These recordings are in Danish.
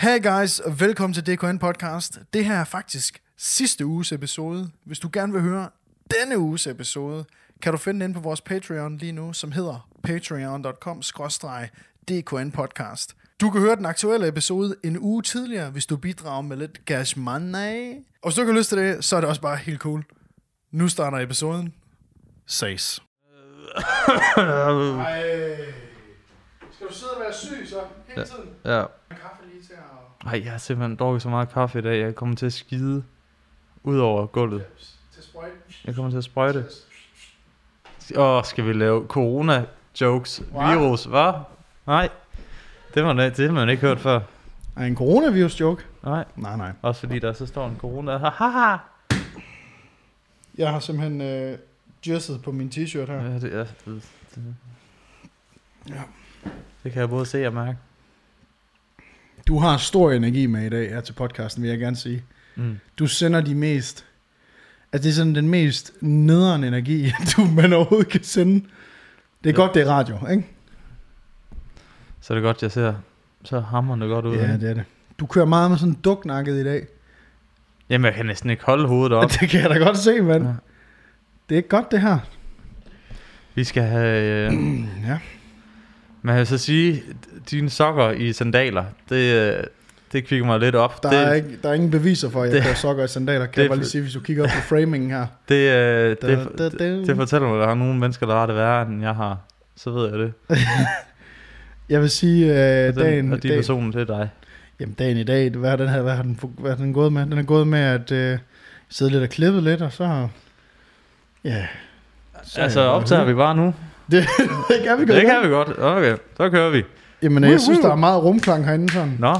Hey guys, og velkommen til DKN Podcast. Det her er faktisk sidste uges episode. Hvis du gerne vil høre denne uges episode, kan du finde den på vores Patreon lige nu, som hedder patreon.com/DKN Podcast. Du kan høre den aktuelle episode en uge tidligere, hvis du bidrager med lidt cash money. Og hvis du ikke har lyst til det, så er det også bare helt cool. Nu starter episoden. Ses. Skal du sidde og være syg så hele tiden? Ja. Kaffe lige til at... Ej, jeg har simpelthen drukket så meget kaffe i dag. Jeg kommer til at skide ud over gulvet. Til sprøjt. Jeg kommer til at sprøjte. Skal vi lave corona-jokes? Virus, hvad? Nej. Det har man ikke hørt før. Er en coronavirus-joke? Nej. Nej. Også fordi der så står en corona. Haha. Jeg har simpelthen jysset på min t-shirt her. Ja, det. Ja. Det kan jeg både se og mærke. Du har stor energi med i dag her til podcasten, vil jeg gerne sige. Du sender de mest... Altså det er sådan den mest nederen energi, man overhovedet kan sende. Det er godt, det er radio, ikke? Så er det godt, jeg ser så hamrende godt ud. Ja, det er det. Du kører meget med sådan duknakket i dag. Jamen, jeg kan næsten ikke holde hovedet op. Det kan jeg da godt se, mand. Ja. Det er ikke godt, det her. Vi skal have... ja. Man kan så sige, dine sokker i sandaler, det kvikker mig lidt op. Der er ingen beviser for, at jeg kører sokker i sandaler. Kan jeg bare lige sige, hvis du kigger op på framingen her. Det fortæller mig, at der er nogle mennesker, der har det værre, end jeg har. Så ved jeg det. Jeg vil sige, dagen... Og de personer til dig. Jamen, dagen i dag, hvad har den gået med? Den er gået med at sidde lidt og klippe lidt, og så... Ja... Altså, optager vi bare nu? Det kan vi godt. Det kan vi godt. Okay, så kører vi. Jamen, jeg synes, der er meget rumklang herinde sådan. Nå.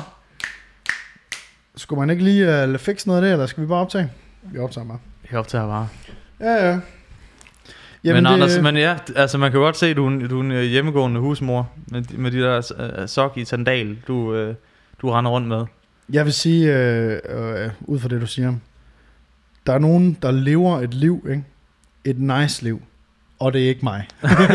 Skulle man ikke lige fikse noget af det, eller skal vi bare optage? Vi optager bare. Vi optager bare. Ja. Jamen, men Anders, altså man kan godt se, at du er en hjemmegående husmor med de der sok i sandal, du render rundt med. Jeg vil sige, ud fra det du siger, der er nogen, der lever et liv, ikke? Et nice liv. Og det er ikke mig.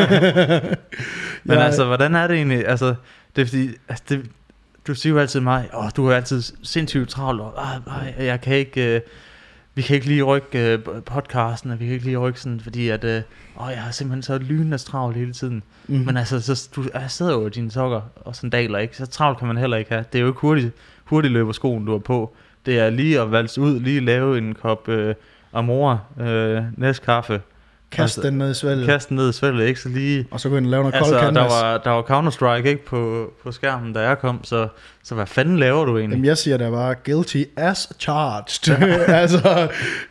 Men altså, hvordan er det egentlig? Altså, det er fordi, du siger jo altid mig, du er altid sindssygt travlt, og jeg kan ikke, vi kan ikke lige rykke podcasten, og vi kan ikke lige rykke sådan, fordi at, jeg har simpelthen så lynende travlt hele tiden. Mm-hmm. Men altså, du sidder jo i dine sokker og sandaler, ikke? Så travlt kan man heller ikke have. Det er jo ikke hurtigt løber skoen, du er på. Det er lige at valse ud, lige lave en kop Amora næstkaffe. Kast den ned i svældet. Kast den ned i svældet, ikke? Så lige... Og så gå ind og lave noget kold canvas. Der var Counter-Strike, ikke? På skærmen, da jeg kom, så hvad fanden laver du egentlig? Jamen, jeg siger, der var guilty as charged. Altså,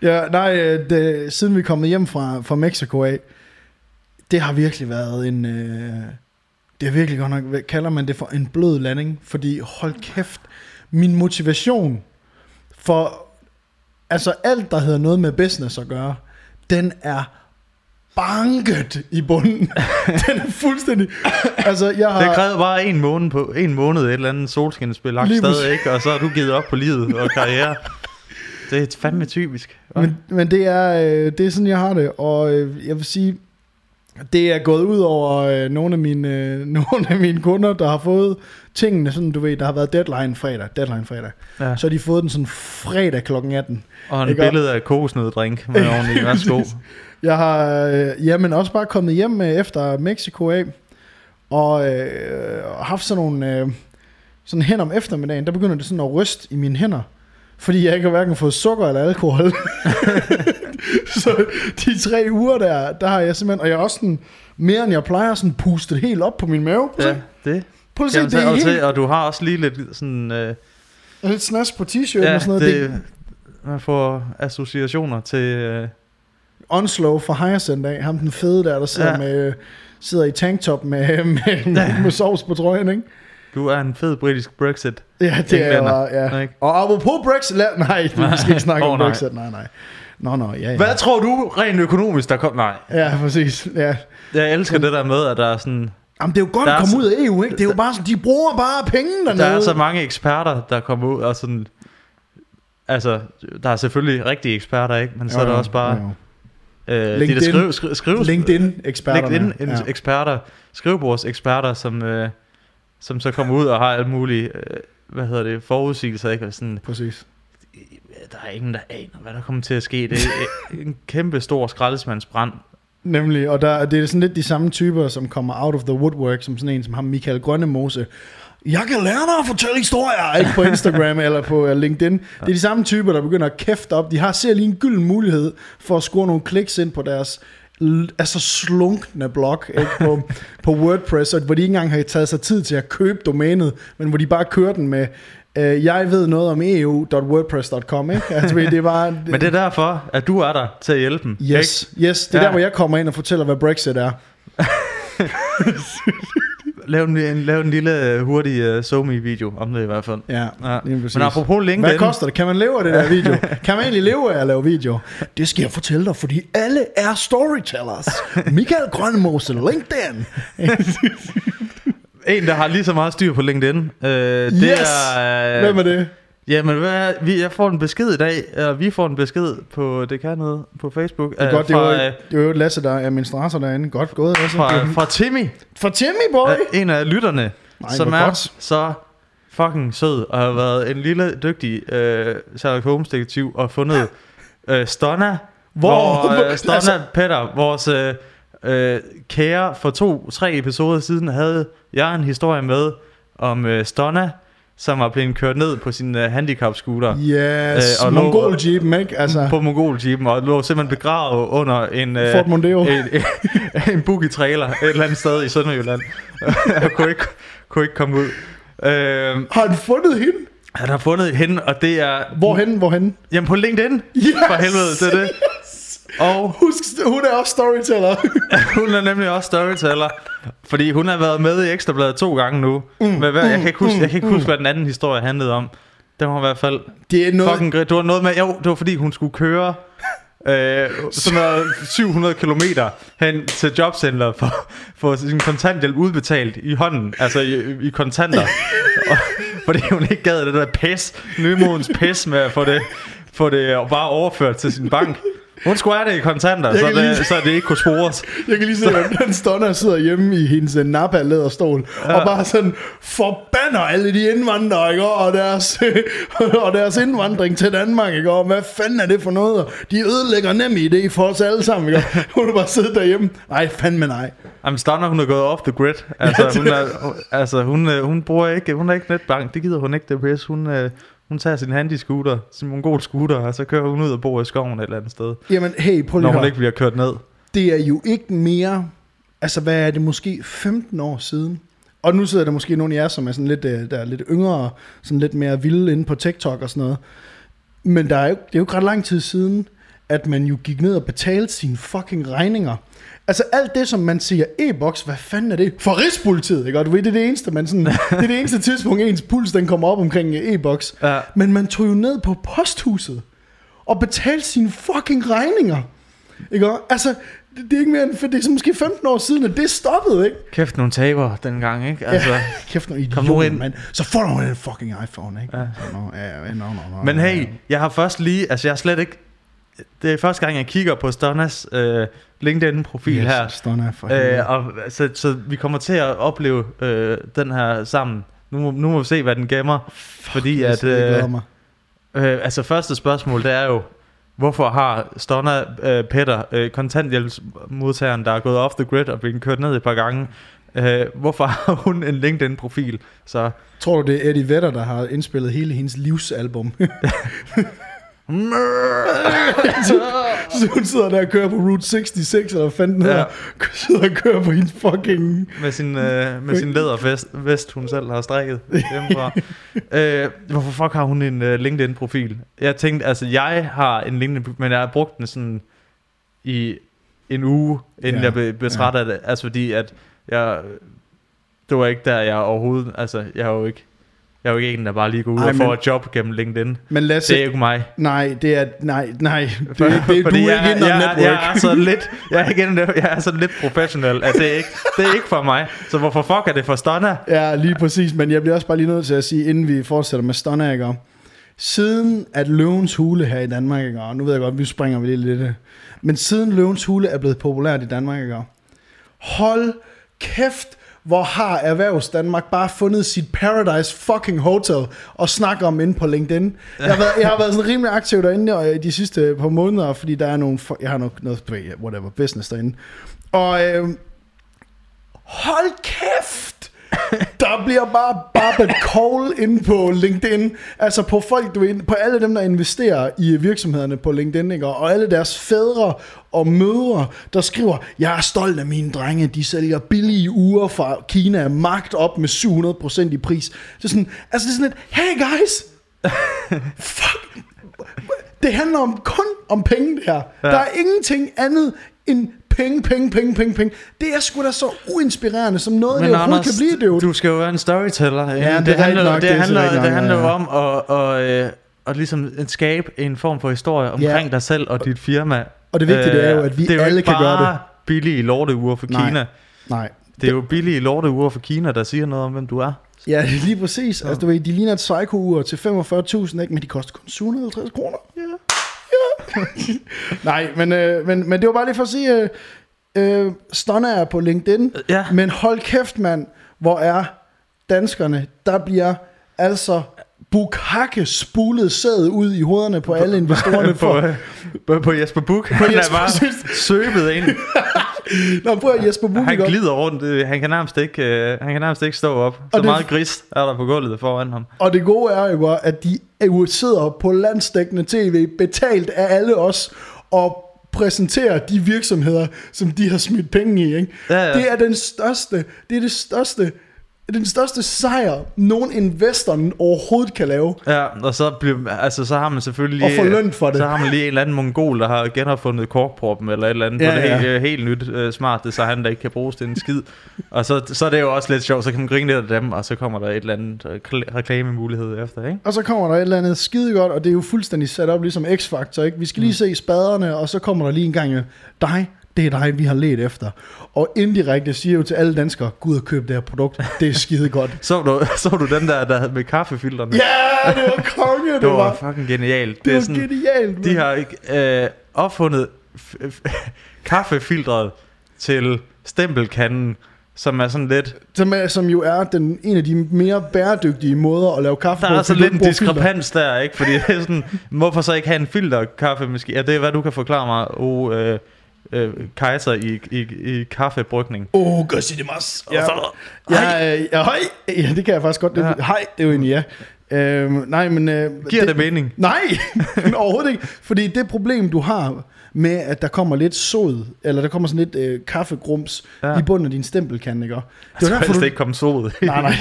siden vi er kommet hjem fra Mexico af, det har virkelig været en... det er virkelig godt nok, kalder man det for en blød landing, fordi hold kæft, min motivation for... Altså, alt, der hedder noget med business at gøre, den er banket i bunden. Den er fuldstændig... Altså, jeg har... Det krævede bare en måned et eller andet solskinsspil stadig, ikke? Og så har du givet op på livet og karriere. Det er fandme typisk. Men det er sådan, jeg har det. Og jeg vil sige, det er gået ud over nogle af mine kunder, der har fået tingene, sådan du ved, der har været deadline fredag. Ja. Så har de fået den sådan fredag kl. 18. Og en billede af kokosnøddrink med ordentligt. Værsgo. Jeg har men også bare kommet hjem efter Mexico af, og haft sådan nogle sådan hen om eftermiddagen, der begynder det sådan at ryste i mine hænder, fordi jeg ikke har hverken fået sukker eller alkohol. Så de 3 uger der har jeg simpelthen, og jeg er også sådan, mere end jeg plejer, sådan pustet helt op på min mave. Ja, det. Prøv at se, det er helt... Og du har også lige lidt sådan... lidt snask på t-shirten og sådan noget. Man får associationer til... Onslow fra Hyacinth af, ham den fede der sidder sidder i tanktop med sovs på trøjen, ikke? Du er en fed britisk Brexit. Ja, det er ja. Og apropos Brexit, nej, vi skal ikke snakke om Brexit, nej. Nå, ja. Hvad tror du rent økonomisk, der kom? Nej. Ja, præcis, ja. Jeg elsker det der med, at der er sådan... Jamen, det er jo godt at komme ud af EU, ikke? Det er jo bare sådan, de bruger bare penge dernede. Der er så mange eksperter, der kommer ud og sådan... Altså, der er selvfølgelig rigtige eksperter, ikke? Men så er der også bare... LinkedIn-eksperter. Skrivebordseksperter, som så kommer ud og har alle mulige forudsigelser, ikke? Og sådan, Præcis. der er ingen, der aner, hvad der kommer til at ske. Det er en kæmpe stor skraldesmandsbrand. Nemlig, og det er sådan lidt de samme typer, som kommer out of the woodwork, som sådan en som ham, Michael Grønnemose. Jeg kan lære dig at fortælle historier, ikke på Instagram eller på LinkedIn. Det er de samme typer, der begynder at kæfte op. De ser lige en gylden mulighed for at score nogle kliks ind på deres slunkne blog, ikke, på WordPress, hvor de ikke engang har taget sig tid til at købe domænet, men hvor de bare kører den med jeg ved noget om eu.wordpress.com, ikke? Altså, det var, men det er derfor, at du er der til at hjælpe dem. Yes, det er der, hvor jeg kommer ind og fortæller, hvad Brexit er. Lav en lille hurtig SoMe-video om det i hvert fald. Ja. Men apropos LinkedIn. Hvad koster det? Kan man leve af det der video? Kan man egentlig leve af at lave video? Det skal jeg fortælle dig, fordi alle er storytellers. Michael Grønnemose, LinkedIn. En, der har lige så meget styr på LinkedIn. Det er... Hvem er det? Jamen, jeg får en besked i dag, eller vi får en besked på Det Kan Noget på Facebook. Det er godt, det er jo Lasse, der er administrator derinde. Godt gået, Lasse. Fra Timmy. Fra Timmy, boy. En af lytterne, som er godt. Så fucking sød, og har været en lille, dygtig Sherlock Holmes-detektiv, og fundet Stonna. Stonna altså... Petter, vores kære for 2-3 episoder siden, havde jeg en historie med om Stonna, som var blevet kørt ned på sin handicap-scooter. Yes, og Mongol-jeepen, ikke? Altså. På Mongol-jeepen, og lå simpelthen begravet under en Ford Mondeo. en boogie-trailer et eller andet sted i Sønderjylland. Jeg kunne ikke komme ud. Har han fundet hende? Han har fundet hende, og det er... Hvorhen? Jamen på LinkedIn. Yes! For helvede, det er det. Og husk, hun er også storyteller. Hun er nemlig også storyteller, fordi hun har været med i Ekstra Bladet 2 gange nu. Jeg kan ikke huske, hvad den anden historie handlede om. Det var i hvert fald det er noget... fucking det var noget med, det var fordi hun skulle køre sådan noget 700 kilometer hen til jobcenter for sin kontanthjælp udbetalt i hånden, altså i kontanter. Fordi hun ikke gad det der pis, nymodens pis med at få det bare overført til sin bank. Hun skulle have det i kontanter, så det ikke kunne spores. Jeg kan lige se, at den Stonna sidder hjemme i hendes Napa-læderstol, og bare sådan forbander alle de indvandrere, ikke? Og deres indvandring til Danmark, ikke? Og hvad fanden er det for noget? De ødelægger NemID for os alle sammen, ikke? Hun er bare siddet derhjemme. Nej, fandme nej. Jamen Stonna, hun er gået off the grid. Hun bruger ikke, hun har ikke netbank. Det gider hun ikke, det pis. Hun tager sin handy-scooter, sin mongol-scooter, og så kører hun ud og bor i skoven et eller andet sted. Jamen, hey, prøv lige når hun ikke bliver kørt ned. Det er jo ikke mere... Altså, hvad er det? Måske 15 år siden. Og nu sidder der måske nogle af jer, som er sådan lidt, der er lidt yngre, sådan lidt mere vilde inde på TikTok og sådan noget. Men det er jo ikke ret lang tid siden, at man jo gik ned og betalte sine fucking regninger. Altså alt det, som man siger, e-boks, hvad fanden er det? For Rigspolitiet, ikke? Og du ved, det er det eneste, det er det eneste tidspunkt, ens puls, den kommer op omkring e-boks. Ja. Men man tog jo ned på posthuset og betalte sine fucking regninger. Ikke? Altså, det er ikke mere end, for det er måske 15 år siden, at det stoppede, ikke? Kæft nogle taber dengang, ikke? Altså, ja, kæft nogle idioter, mand. Så får du en fucking iPhone, ikke? Ja. No. Men hey, jeg har først lige, altså jeg har slet ikke, det er første gang, jeg kigger på Stonnas LinkedIn-profil her. Stonna for og så vi kommer til at opleve den her sammen. Nu må vi se, hvad den gemmer. Fordi at altså første spørgsmål, det er jo, hvorfor har Stonna Petter, kontanthjælpsmodtageren, der er gået off the grid og blevet kørt ned et par gange, hvorfor har hun en LinkedIn-profil? Så tror du, det er Eddie Vedder, der har indspillet hele hendes livsalbum? Så hun sidder der og kører på Route 66 eller fanden her, sidder og kører på hendes fucking med sin lædervest hun selv har strikket hjemmefra. Hvorfor fuck har hun en LinkedIn-profil? Jeg tænkte, altså jeg har en LinkedIn-profil, men jeg har brugt den sådan i en uge, inden jeg blev træt af det. Altså fordi at det var ikke der jeg overhovedet, altså jeg er jo ikke en, der bare lige går ud og får et job gennem LinkedIn. Men det er ikke mig. Nej, det er nej. Det er du er ikke inden network. Jeg er så lidt professionel, at det er ikke for mig. Så hvorfor fuck er det for Stonna? Ja, lige præcis. Men jeg bliver også bare lige nødt til at sige, inden vi fortsætter med Stonna, ikke? Siden at Løvens Hule her i Danmark, ikke? Og nu ved jeg godt, vi springer lidt lidt. Men siden Løvens Hule er blevet populært i Danmark, ikke? Hold kæft, hvor har Erhvervs Danmark bare fundet sit Paradise fucking Hotel og snakker om inde på LinkedIn. Jeg har været sådan rimelig aktiv derinde de sidste par måneder, fordi der er nogle, jeg har noget whatever, business derinde. Og hold kæft! Der bliver bare barbet coal inde på LinkedIn. Altså på folk, på alle dem, der investerer i virksomhederne på LinkedIn, ikke? Og alle deres fædre og mødre, der skriver, jeg er stolt af mine drenge, de sælger billige uger fra Kina, magt op med 700% i pris. Det er sådan, altså det er sådan lidt, hey guys, fuck, det handler kun om penge det her. Ja. Der er ingenting andet end penge. Det er sgu da så uinspirerende, som noget, det overhovedet kan blive, det. Du skal jo være en storyteller. Ja, det handler jo om at ligesom skabe en form for historie omkring dig selv og dit firma. Og det vigtige det er jo, at vi alle kan gøre det. Det er jo ikke bare billige lorteuger for Kina. Nej. Det er jo billige lorteuger for Kina, der siger noget om, hvem du er. Ja, lige præcis. Altså, du ved, de ligner et psycho-ur til 45.000, ikke? Men de koster kun 750 kroner. Ja. Nej, men det var bare lige for at sige, Stunner er på LinkedIn, men hold kæft, mand, hvor er danskerne, der bliver altså bukkake spulet sæd ud i hovederne på alle investorerne på Jesper Buch. Han er bare søbet ind. Nå, prøv at Jesper Buch. Han glider rundt. Han kan nærmest ikke stå op. Så meget gris er der på gulvet foran ham. Og det gode er jo, at de sidder på landsdækkende tv, betalt af alle os, og præsenterer de virksomheder, som de har smidt penge i, ikke? Ja. Det er den største sejr, nogen investor overhovedet kan lave. Ja, og så har man selvfølgelig og få løn for det. Så har man lige en eller anden mongol, der har genopfundet korkproppen eller et eller andet på det helt nyt smart design, der ikke kan bruges til en skid. Og så er det jo også lidt sjovt, så kan man grine lidt af dem, og så kommer der et eller andet reklamemulighed efter, ikke? Og så kommer der et eller andet skide godt, og det er jo fuldstændig sat op ligesom X-Factor, ikke? Vi skal lige se spaderne, og så kommer der lige en gang det er dig, vi har let efter. Og indirekte siger jo til alle danskere, Gud at købe det her produkt, det er skide godt. så du den der havde med kaffefilterne? Ja, det var konge. Det var fucking genialt. Det var genialt. De har opfundet kaffefiltret til stempelkanden, som er sådan lidt... Som jo er en af de mere bæredygtige måder at lave kaffe på. Der er så lidt en diskrepans der, ikke? Fordi det er sådan, hvorfor så ikke have en filterkaffemaskine? Ja, det er hvad du kan forklare mig. Kejser i kaffebrygning. Goshimasu. Ja, det kan jeg faktisk godt. Hej, det er jo egentlig nej, men giver det mening? Nej, overhovedet ikke. Fordi det problem du har med at der kommer lidt sod, eller der kommer sådan lidt kaffegrums i bunden af din stempelkande, ikke? Det er derfor det ikke kommer sod. Nej.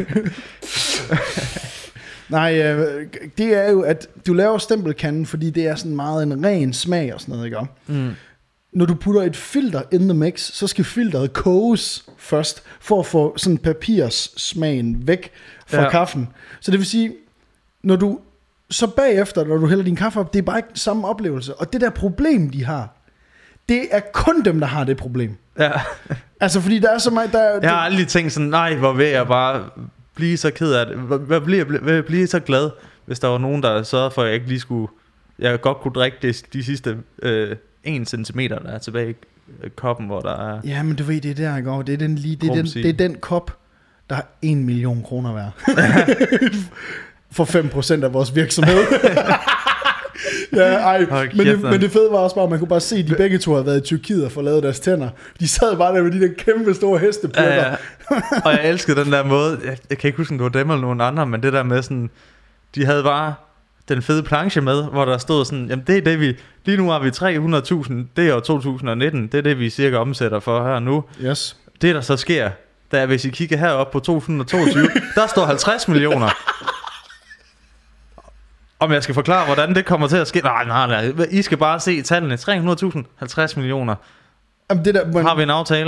Nej, det er jo at du laver stempelkanden, fordi det er sådan meget en ren smag og sådan noget, ikke? Når du putter et filter in the mix, så skal filteret koges først, for at få sådan papirssmagen væk fra kaffen. Så det vil sige, når du så bagefter, når du hælder din kaffe op, det er bare ikke samme oplevelse. Og det der problem, de har, det er kun dem, der har det problem. Ja. Altså, fordi der er så meget... Jeg har aldrig tænkt sådan, nej, hvor vil jeg bare blive så ked af det. Hvad blive så glad, hvis der var nogen, der sørgede for, at jeg ikke lige skulle... Jeg godt kunne drikke de sidste 1 centimeter, der er tilbage i koppen, hvor der er... Ja, men du ved, det er der, ikke? Det er den kop, der er 1 million kroner værd. For 5% af vores virksomhed. Men det fede var også bare, at man kunne bare se, at de begge to havde været i Tyrkiet og fået lavet deres tænder. De sad bare der med de der kæmpe store hestepirker. Ja. Og jeg elskede den der måde, jeg kan ikke huske, om det var dem eller nogen andre, men det der med sådan, de havde bare den fede planche med, hvor der stod sådan, jamen det er det vi, lige nu har vi 300.000, det er år 2019, det er det vi cirka omsætter for her nu. Yes. Det der så sker, der hvis I kigger herop på 2022, der står 50 millioner. Om jeg skal forklare, hvordan det kommer til at ske? Nej. I skal bare se tallene. 300.000, 50 millioner. Jamen, det der, har vi en aftale?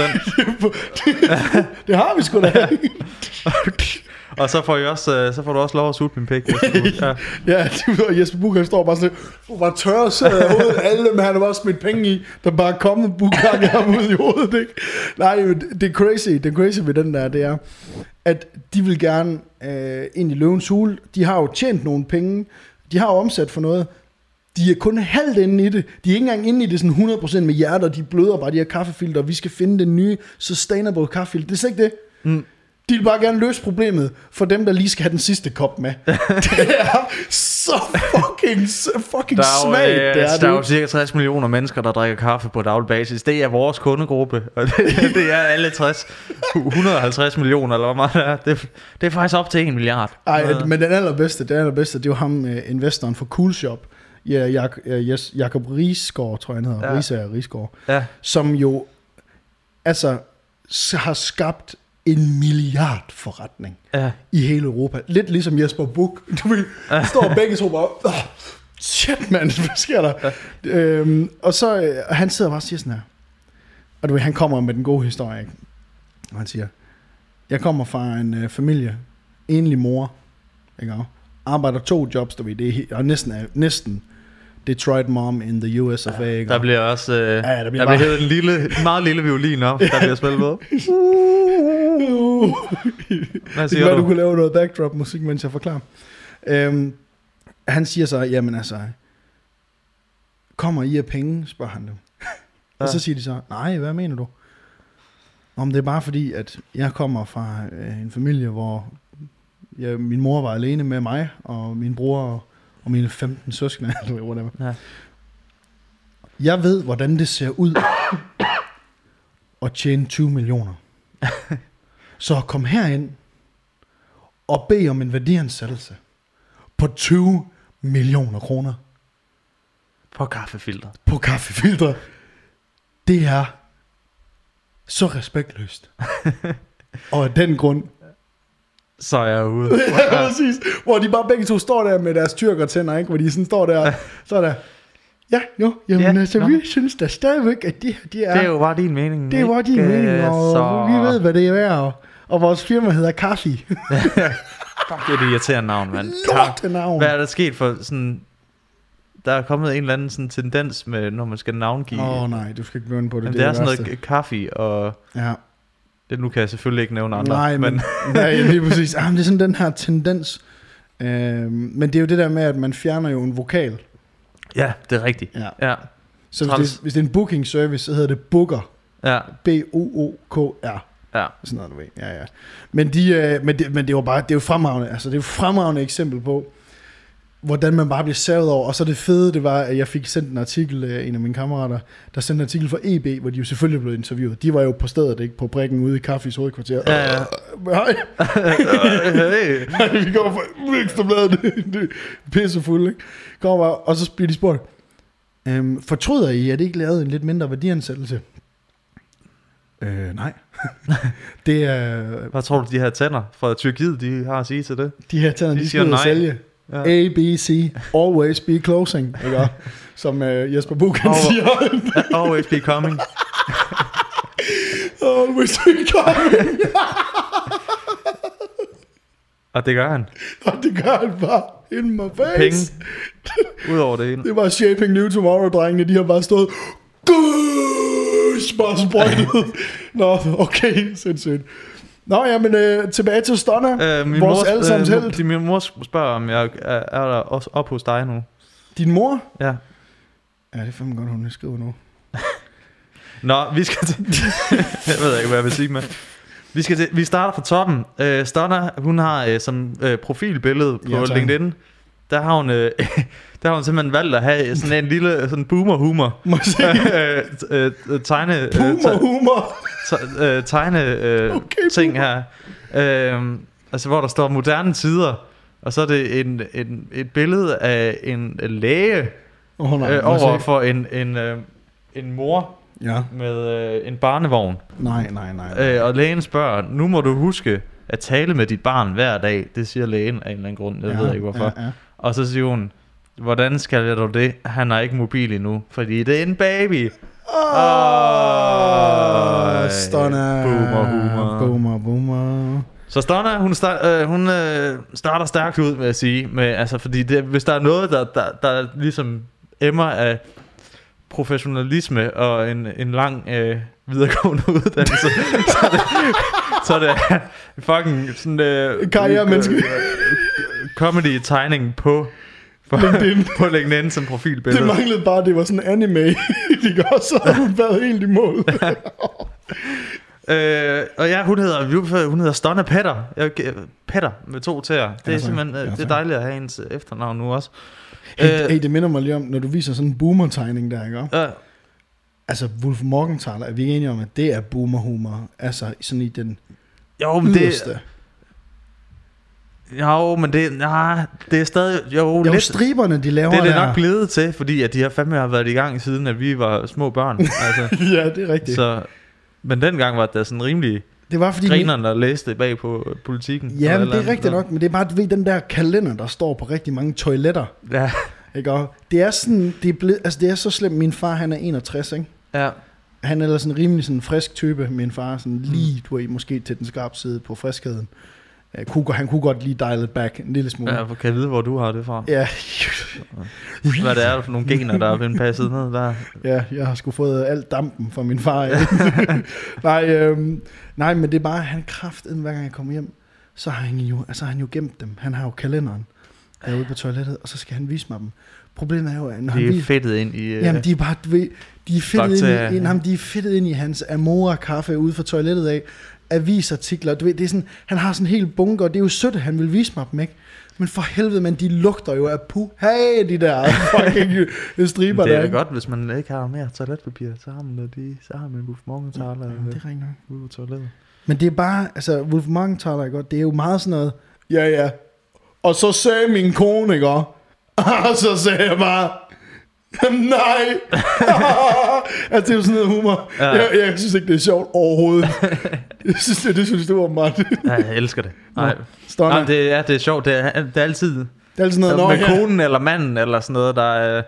5%? Det har vi sgu da. Og så får du også lov at sutte min pik. Ja, Jesper Buch står bare sådan, bare tørre sæder af hovedet. Alle dem, han har bare smidt penge i, der bare er kommet bukkerne ham ud i hovedet, ikke? Nej, det er crazy. Det crazy ved den der, det er, at de vil gerne ind i Løvens Hule. De har jo tjent nogle penge. De har jo omsat for noget. De er kun halvt inde i det. De er ikke engang inde i det sådan 100% med hjerter. De bløder bare de her kaffefilter, og vi skal finde den nye sustainable kaffefilter. Det er slet ikke det. De vil bare gerne løse problemet for dem, der lige skal have den sidste kop med. Det er så fucking smagt. Der er jo cirka 60 millioner mennesker, der drikker kaffe på daglig basis. Det er vores kundegruppe, og det er alle 150 millioner, eller hvor meget det er. Det er faktisk op til 1 milliard. Ej, men den allerbedste, det er jo ham, investoren for Coolshop. Ja, Jakob Risgaard, tror jeg han hedder. Risgaard. Ja. Som jo altså har skabt en milliardforretning i hele Europa. Lidt ligesom Jesper Buch. Du vil står begge to bare, shit mand, hvad sker der? Ja. Og så han sidder bare og siger sådan her. Og du ved, han kommer med den gode historie, ikke? Og han siger, jeg kommer fra en familie, enlig mor, ikke? Arbejder 2 jobs, du ved, det er næsten Detroit Mom in the US of A. Ikke? Der bliver også der bliver hævet en meget lille violin op, der bliver spillet med. Hvad siger du? Du kunne lave noget backdrop musik, mens jeg forklarer. Han siger så, jamen altså, kommer I af penge, spørger han dem. Og så siger de så, nej, hvad mener du? Om det er bare fordi, at jeg kommer fra en familie, hvor min mor var alene med mig, og min bror og mine 15 søskende, eller whatever. Ja. Jeg ved, hvordan det ser ud at tjene 20 millioner. Så kom herind og bed om en værdiansættelse på 20 millioner kroner. På kaffefilter. På kaffefilter. Det er så respektløst. Og af den grund så er jeg ude. Ja, præcis. Hvor de bare begge to står der med deres tyrkertænder, ikke? Hvor de sådan står der, så der. Ja, jo, jamen altså, vi synes da stadigvæk, at de er... Det er jo bare din mening. Det var din mening, og så vi ved, hvad det er værd, og vores firma hedder Kaffe. Det er det irriterende navn, mand. Lortenavn. Hvad er der sket for sådan... Der er kommet en eller anden sådan tendens med, når man skal navngive... nej, du skal ikke begynde på det. Jamen, det er sådan noget kaffe, og... Ja. Det nu kan jeg selvfølgelig ikke nævne andre. Nej, men nej, lige præcis. Det er sådan den her tendens. Men det er jo det der med, at man fjerner jo en vokal. Ja, det er rigtigt. Ja. Så hvis det er en booking service, så hedder det Booker. Ja. B-O-O-K-R. Ja. Sådan noget, du ved. Ja. Men det var bare, det er jo fremragende. Altså, det er jo fremragende eksempel på, hvordan man bare bliver savet over. Og så det fede, det var, at jeg fik sendt en artikel af en af mine kammerater, der sendte en artikel fra EB, hvor de jo selvfølgelig blev interviewet. De var jo på stedet, ikke? På prikken ude i Kaffes hovedkvarter. Ja. Hej. Vi kommer fra Ekstrabladet. Det er pissefuld, ikke? Kommer bare, og så bliver de spurgt, fortryder I, at I ikke lavede en lidt mindre værdiansættelse? Nej. Det er... Hvad tror du, de her tænder fra Tyrkiet, de har at sige til det? De her tænder, de skal ud og sælge. Ja. A, B, C, always be closing, ikke? Som Jesper Buch siger. Always be coming. Always be coming. Og det gør han. Og det gør han bare in my face. Penge. Udover det hele. Det var Shaping New Tomorrow, drengene. De har bare stået bare sprøjtet. Nå, okay, sindssygt. Nå, jamen, tilbage til Stunner. Vores allesammens held. Min mor spørger, om jeg er der også op hos dig nu. Din mor? Ja. Ja, det er fandme godt, hun skriver nu. Nå, vi skal til... jeg ved ikke, hvad jeg vil sige med. Vi starter fra toppen. Stunner, hun har som profilbillede på LinkedIn, der har hun simpelthen valgt at have sådan en lille sådan boomer-humor. Ting her. Altså hvor der står moderne tider, og så er det et billede af en læge over for en mor med en barnevogn. Nej. Og lægen spørger, nu må du huske at tale med dit barn hver dag. Det siger lægen af en eller anden grund, jeg ved ikke hvorfor. Ja. Og så siger hun, hvordan skal jeg dog det? Han er ikke mobil endnu, fordi det er en baby. Stunner. Boomer. Så Stunner, hun starter stærkt ud med at sige, fordi hvis der er noget, der ligesom emmer af professionalisme og en lang videregående uddannelse, så er det fucking sådan karrieremenneske comedy-tegning på LinkedIn. På LinkedIn som profilbillede. Det manglede bare, det var sådan en anime. De gør, så har hun været helt i mål. Og ja, hun hedder Stonna Petter. Petter med 2 t'er. Det er simpelthen det er dejligt at have hendes efternavn nu også. Hey, det minder mig lige om, når du viser sådan en boomer-tegning der, ikke? Ja. Altså, Wolf Morgenthaler, er vi enige om, at det er boomer-humor? Altså, sådan i den yderste. Men det er stadig lidt striberne, de laver. Det er det nok blevet til, fordi at de har fandme har været i gang siden at vi var små børn. Altså. Ja, det er rigtigt. Så, men dengang var det sådan rimelig. Det var fordi grinerne, der læste bag på Politikken. Ja, men det er rigtigt nok, men det er bare, du ved, den der kalender, der står på rigtig mange toiletter. Ja. Ikke? Og det er sådan, det er så slemt. Min far, han er 61, ikke? Ja. Han er sådan rimelig sådan frisk type, min far, sådan lige, du ved, måske til den skarpe side på friskheden. Han kunne godt lige dial it back en lille smule. Ja, for kan jeg vide, hvor du har det fra? Ja. Hvad det er for nogle gener, der er blevet passet ned der? Ja, jeg har sgu fået alt dampen fra min far. Nej, men det er bare, han kraftedeme, hver gang jeg kommer hjem, så har han jo gemt dem. Han har jo kalenderen derude på toilettet, og så skal han vise mig dem. Problemet er jo, at når de er fedtet ind i... Jamen, de er bare, de er fedtet ind i hans Amora-kaffe ude for toilettet af. Avisartikler, du ved, det er sådan, han har sådan en hel bunker, og det er jo sødt, at han vil vise mig dem, ikke? Men for helvede, men de lugter jo af hey, de der fucking striber der. Det er godt, hvis man ikke har mere toiletpapir, så har man en Wolf Morgenthaler. Det er rigtigt ude på toilettet. Men det er bare, altså, Wolf Morgenthaler, godt, det er jo meget sådan noget, ja, og så sagde min kone, ikke? Og så sagde jeg bare, nej. Altså det er jo sådan noget humor. Ja. Jeg synes ikke det er sjovt overhovedet. Jeg synes det synes du åbenbart. Ja, jeg elsker det. Nej, det er sjovt. Det er altid noget med konen eller manden eller sådan noget der er,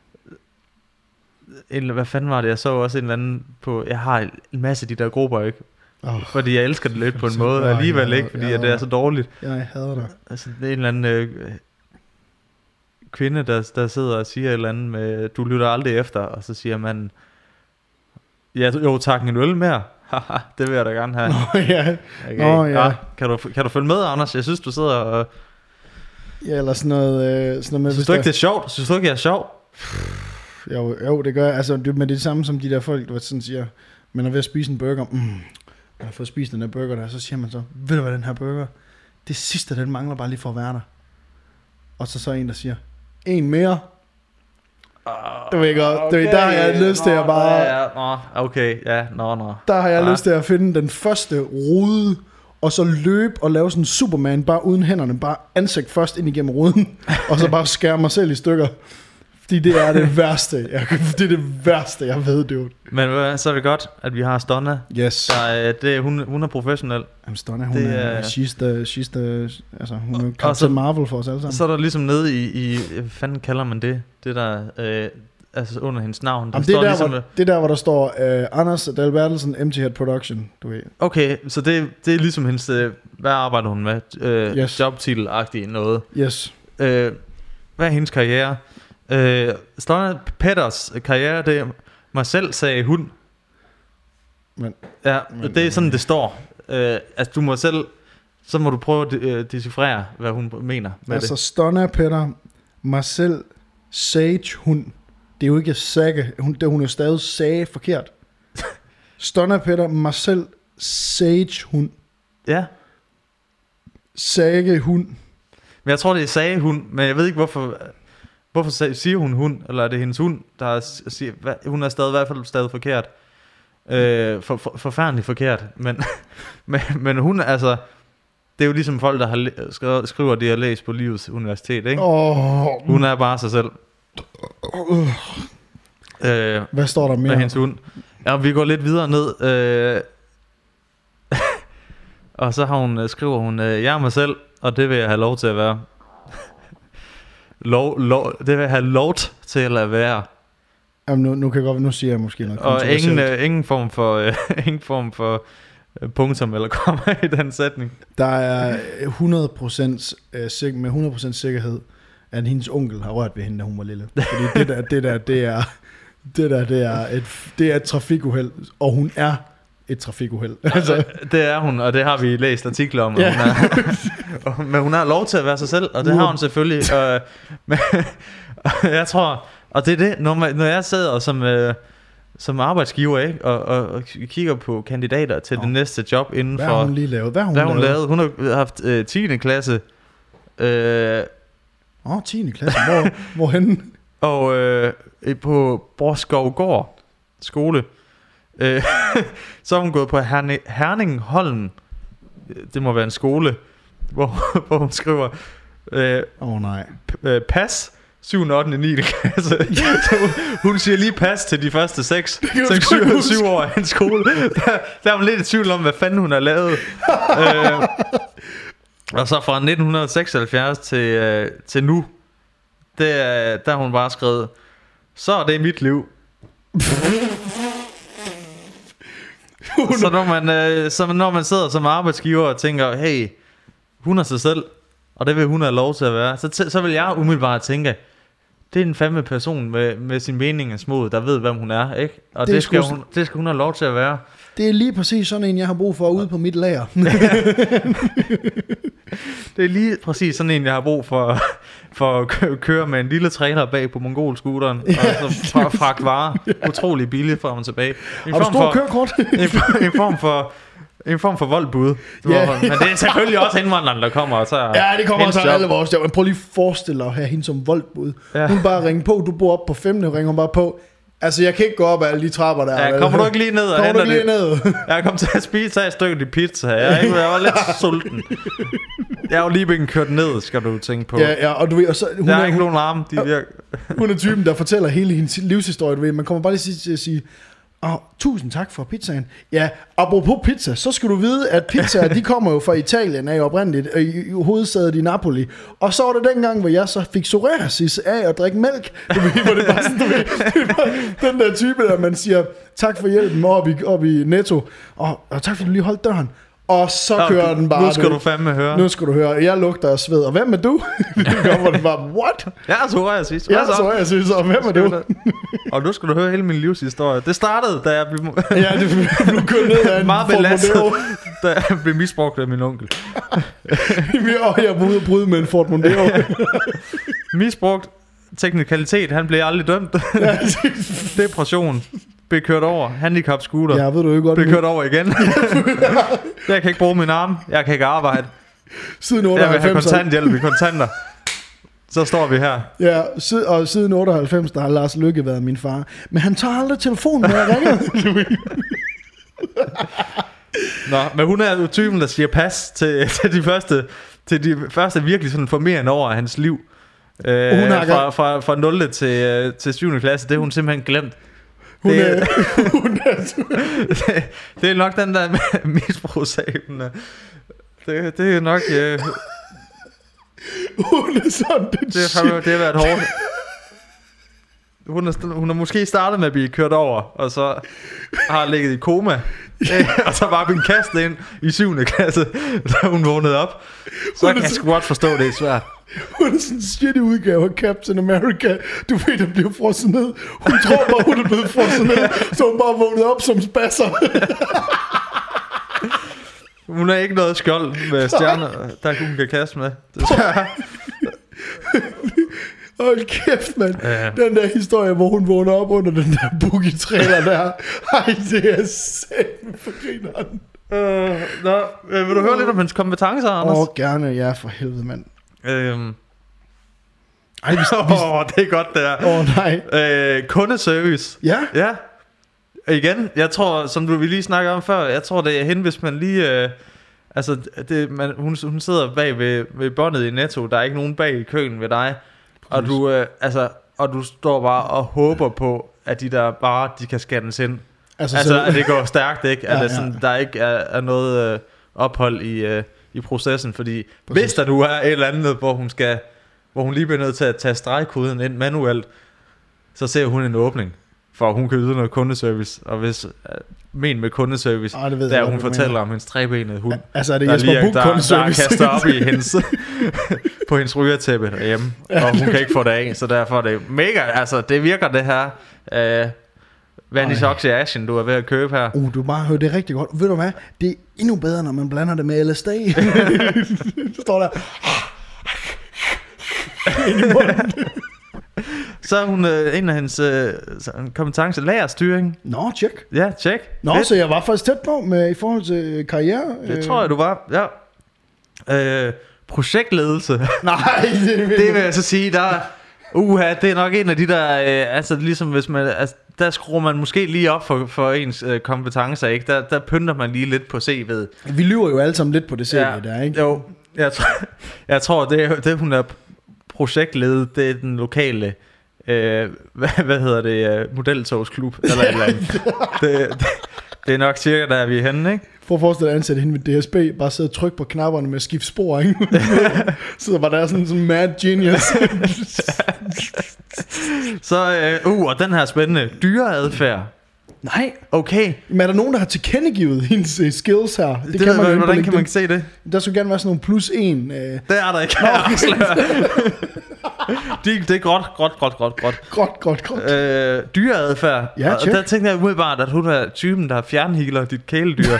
hvad fanden var det? Jeg så også en eller anden på. Jeg har en masse af de der grupper, ikke? Fordi jeg elsker det lidt på en måde alligevel ikke, fordi det er så dårligt. Jeg hader det. Altså det er en eller anden kvinde, der sidder og siger et eller andet med, du lytter aldrig efter, og så siger man, ja, jo tak, en øl mere. Haha, det vil jeg da gerne have. Ja. Okay. Ja. Kan du følge med, Anders? Jeg synes, du sidder og... Ja, eller sådan noget med... Synes du ikke, det er sjovt? Synes du ikke, jeg er sjov? Jo, det gør jeg. Altså, men det er det samme som de der folk, der sådan siger, man er ved at spise en burger. Jeg har fået spist den der burger der, så siger man så, ved du hvad, den her burger, det sidste, den mangler bare lige for at være der. Og så en, der siger, en mere. Det ved jeg godt. Okay. Der har jeg lyst til at bare... Okay, ja, Der har jeg lyst til at finde den første rude, og så løbe og lave sådan en Superman, bare uden hænderne, bare ansigt først ind igennem ruden, og så bare skære mig selv i stykker. Fordi det er det værste. Det er det værste, jeg ved, dude. Men så er det godt, at vi har Stonna. Yes. Hun er professionel. Jamen Stonna, hun er altså hun er Captain Marvel for os alle sammen. Så er der ligesom nede i hvad fanden kalder man det? Det der, altså under hendes navn. Der står det der, hvor der står Anders Dahl Bertelsen, MT Head Production, du ved. Okay, så det er ligesom hendes, hvad arbejder hun med? Yes. Jobtitel-agtigt noget. Yes. Hvad er hendes karriere? Stonna Petters karriere, det er mig selv sagde hun. Men det er sådan det står. Altså du må selv, så må du prøve at decifrere hvad hun mener med altså, det. Stonna Petter Marcel Sage hun. Det er jo ikke Sage. Hun er stadig Sage forkert. Stonna Petter Marcel Sage hun. Ja. Sage hun. Men jeg tror det er Sage hun, men jeg ved ikke hvorfor siger hun, eller er det hendes hund, der siger, hun er stadig i hvert fald stadig forkert. Forfærdeligt forkert, men hun altså, det er jo ligesom folk der har skriver det og læst på Livets Universitet, ikke? Hun er bare sig selv. Hvad står der mere? Med hendes hund. Ja, vi går lidt videre ned. Og så skriver hun, jeg er mig selv, og det vil jeg have lov til at være. Det vil jeg have lov til at være. Jamen nu kan jeg godt, nu siger jeg måske noget. Og ingen form for punktum eller komma i den sætning. Der er 100% med 100% sikkerhed, at hendes onkel har rørt ved hende, da hun var lille. Fordi det er et trafikuheld, og hun er et trafikuheld. Altså. Det er hun, og det har vi læst artikler om. Ja. Men hun har lov til at være sig selv, og det har hun selvfølgelig. Men jeg tror, og det er det, når jeg sidder som arbejdsgiver, ikke, og kigger på kandidater til det næste job inden for... Hvad har hun lige lavet? Hvad har hun lavet? Hun har haft 10. klasse. 10. klasse. Hvorhenne? Og på Borskovgård skole. Så har hun gået på Herningholm. Det må være en skole, hvor hun skriver nej. Pas 7. 8. 9. klasse. Hun siger lige pas til de første 6 7 år af en skole. Der er hun lidt i tvivl om, hvad fanden hun har lavet. Og så fra 1976 til nu, der har hun bare skrevet, så er det mit liv. Så når man sidder som arbejdsgiver og tænker, hey, hun er sig selv, og det vil hun have lov til at være, så vil jeg umiddelbart tænke, det er en fandme person med sin meningens mod, der ved, hvem hun er, ikke? Og det skal hun have lov til at være. Det er lige præcis sådan en, jeg har brug for ude på mit lager. Det er lige præcis sådan en, jeg har brug for at køre med en lille trailer bag på mongolscooteren, og så fragte varer utrolig billigt frem og tilbage. Har du stor kørekort? En form for voldbud. Yeah. Men det er selvfølgelig også indvandrerne, der kommer og tager. Ja, det kommer også alle vores. Men prøv lige at forestille dig at have hende som voldbud. Ja. Hun bare ringer på, du bor op på 5. ringer hun bare på. Altså, jeg kan ikke gå op ad alle de trapper der. Ja, kommer du ikke lige ned og henter det? Jeg kom til at spise af et stykke pizza. Jeg var lidt sulten. Jeg er jo lige blevet kørt ned, skal du tænke på. Ja, og du ved, og så, hun der er ikke nogen arme, de virker. Hun er typen, der fortæller hele hendes livshistorie, du ved. Man kommer bare lige til at sige, tusind tak for pizzaen. Ja, apropos pizza, så skal du vide, at pizzaer, de kommer jo fra Italien af oprindeligt, i hovedsædet i Napoli. Og så var det dengang, hvor jeg så fik psoriasis af at drikke mælk. Du ved, hvor det bare sådan, du ved, det var den der type, der man siger, tak for hjælpen op i Netto, og tak fordi du lige holdt døren. Og så kører den bare. Nu skal du fandme høre. Nu skal du høre. Jeg lugter af sved. Og hvem er du? Det kommer den bare, what? Jeg er psoriasis. Og hvem er du? Og nu skal du høre hele min livshistorie. Det startede, da jeg blev... Ja, det blev kørt ned af en meget belastet, da jeg blev misbrugt af min onkel. Og jeg var ude med en Ford Mondeo. Misbrugt. Teknikalitet. Han blev aldrig dømt. Depression. Blev kørt over. Handicap scooter. Ja, ved du ikke godt. Blev kørt over igen. Jeg kan ikke bruge min arm. Jeg kan ikke arbejde. Siden 98. Jeg vil have kontanthjælp i kontanter. Så står vi her. Ja, og siden 98, der har Lars Løkke været min far. Men han tager aldrig telefonen, når jeg ringer. Nå, men hun er jo typen, der siger pas til de første virkelig sådan formerende år af hans liv. Fra 0. til 7. klasse. Det er hun simpelthen glemt. Det er nok den der misbrugssag. Det er nok hun er sådan det har været hårdt. Hun har måske startet med at blive kørt over, og så har ligget i koma, og så bare blevet kastet ind i 7. klasse, da hun vågnede op. Så kan jeg sgu godt forstå, det er svært. Hun er sådan en shitty udgave af Captain America. Du ved, der bliver frosset ned. Hun tror bare, hun er blevet frosset ned, så hun bare vågnede op som spasser. Hun har ikke noget skjold med stjerner, der hun kan kaste med. Hold kæft, mand. Ja. Den der historie, hvor hun vågner op under den der boogie-trailer der. Ej, det er sætten for grineren. Vil du høre lidt om hendes kompetencer, Anders? Gerne, ja, for helvede, mand. Ej, det er godt, det er. Nej. Kundeservice. Ja? Ja. Igen, jeg tror, som vi lige snakkede om før, jeg tror, det er hende, hvis man lige... hun sidder bag ved båndet i Netto, der er ikke nogen bag i køen ved dig. Og du står bare og håber på, at de der bare, de kan scannes ind. Altså at det går stærkt, ikke? At der ikke er noget ophold i processen, fordi hvis der nu er et eller andet, hvor hun lige bliver nødt til at tage stregkoden ind manuelt, så ser hun en åbning, for hun kan yde noget kundeservice. Og hvis med kundeservice, der hun fortæller om hendes trebenede hund, altså er det Jesper Buch kundeservice, der kaster op i hendes på hendes rygertæppe derhjemme, og hun kan ikke få det af, så derfor er det mega, altså det virker det her Vanish Oxyation, du er ved at købe her. Du bare hører det rigtig godt. Ved du hvad? Det er endnu bedre, når man blander det med LSD. Står der. Så er hun en af hendes kompetencer lagerstyring. Nå, tjek. Ja, tjek. Nå, så jeg var faktisk tæt på med i forhold til karriere. Det tror jeg, du var. Ja. Projektledelse. Nej, det vil jeg så sige, der det er nok en af de der, altså ligesom hvis man, altså, der skruer man måske lige op for ens kompetencer, ikke? Der pynter man lige lidt på CV'et. Vi lyver jo alle sammen lidt på det CV der, ikke? Jo, jeg tror det hun er projektledet, det er den lokale, hvad hedder det, modeltogsklub, eller et eller andet. Det er nok cirka der vi er henne, ikke? For at forestille dig at ansætte hende med DSB, bare sidde og trykke på knapperne med at skifte spor, ikke? Så var der sådan mad genius. Så, og den her spændende dyreadfærd. Nej. Okay. Men er der nogen, der har tilkendegivet hendes skills her? Det kan man, hvordan kan man se det? Der skulle gerne være sådan nogle +1. Det er der ikke. Det er gråt. Dyreadfærd. Ja, og der tænkte jeg umiddelbart, at hun er typen, der fjernhealer dit kæledyr.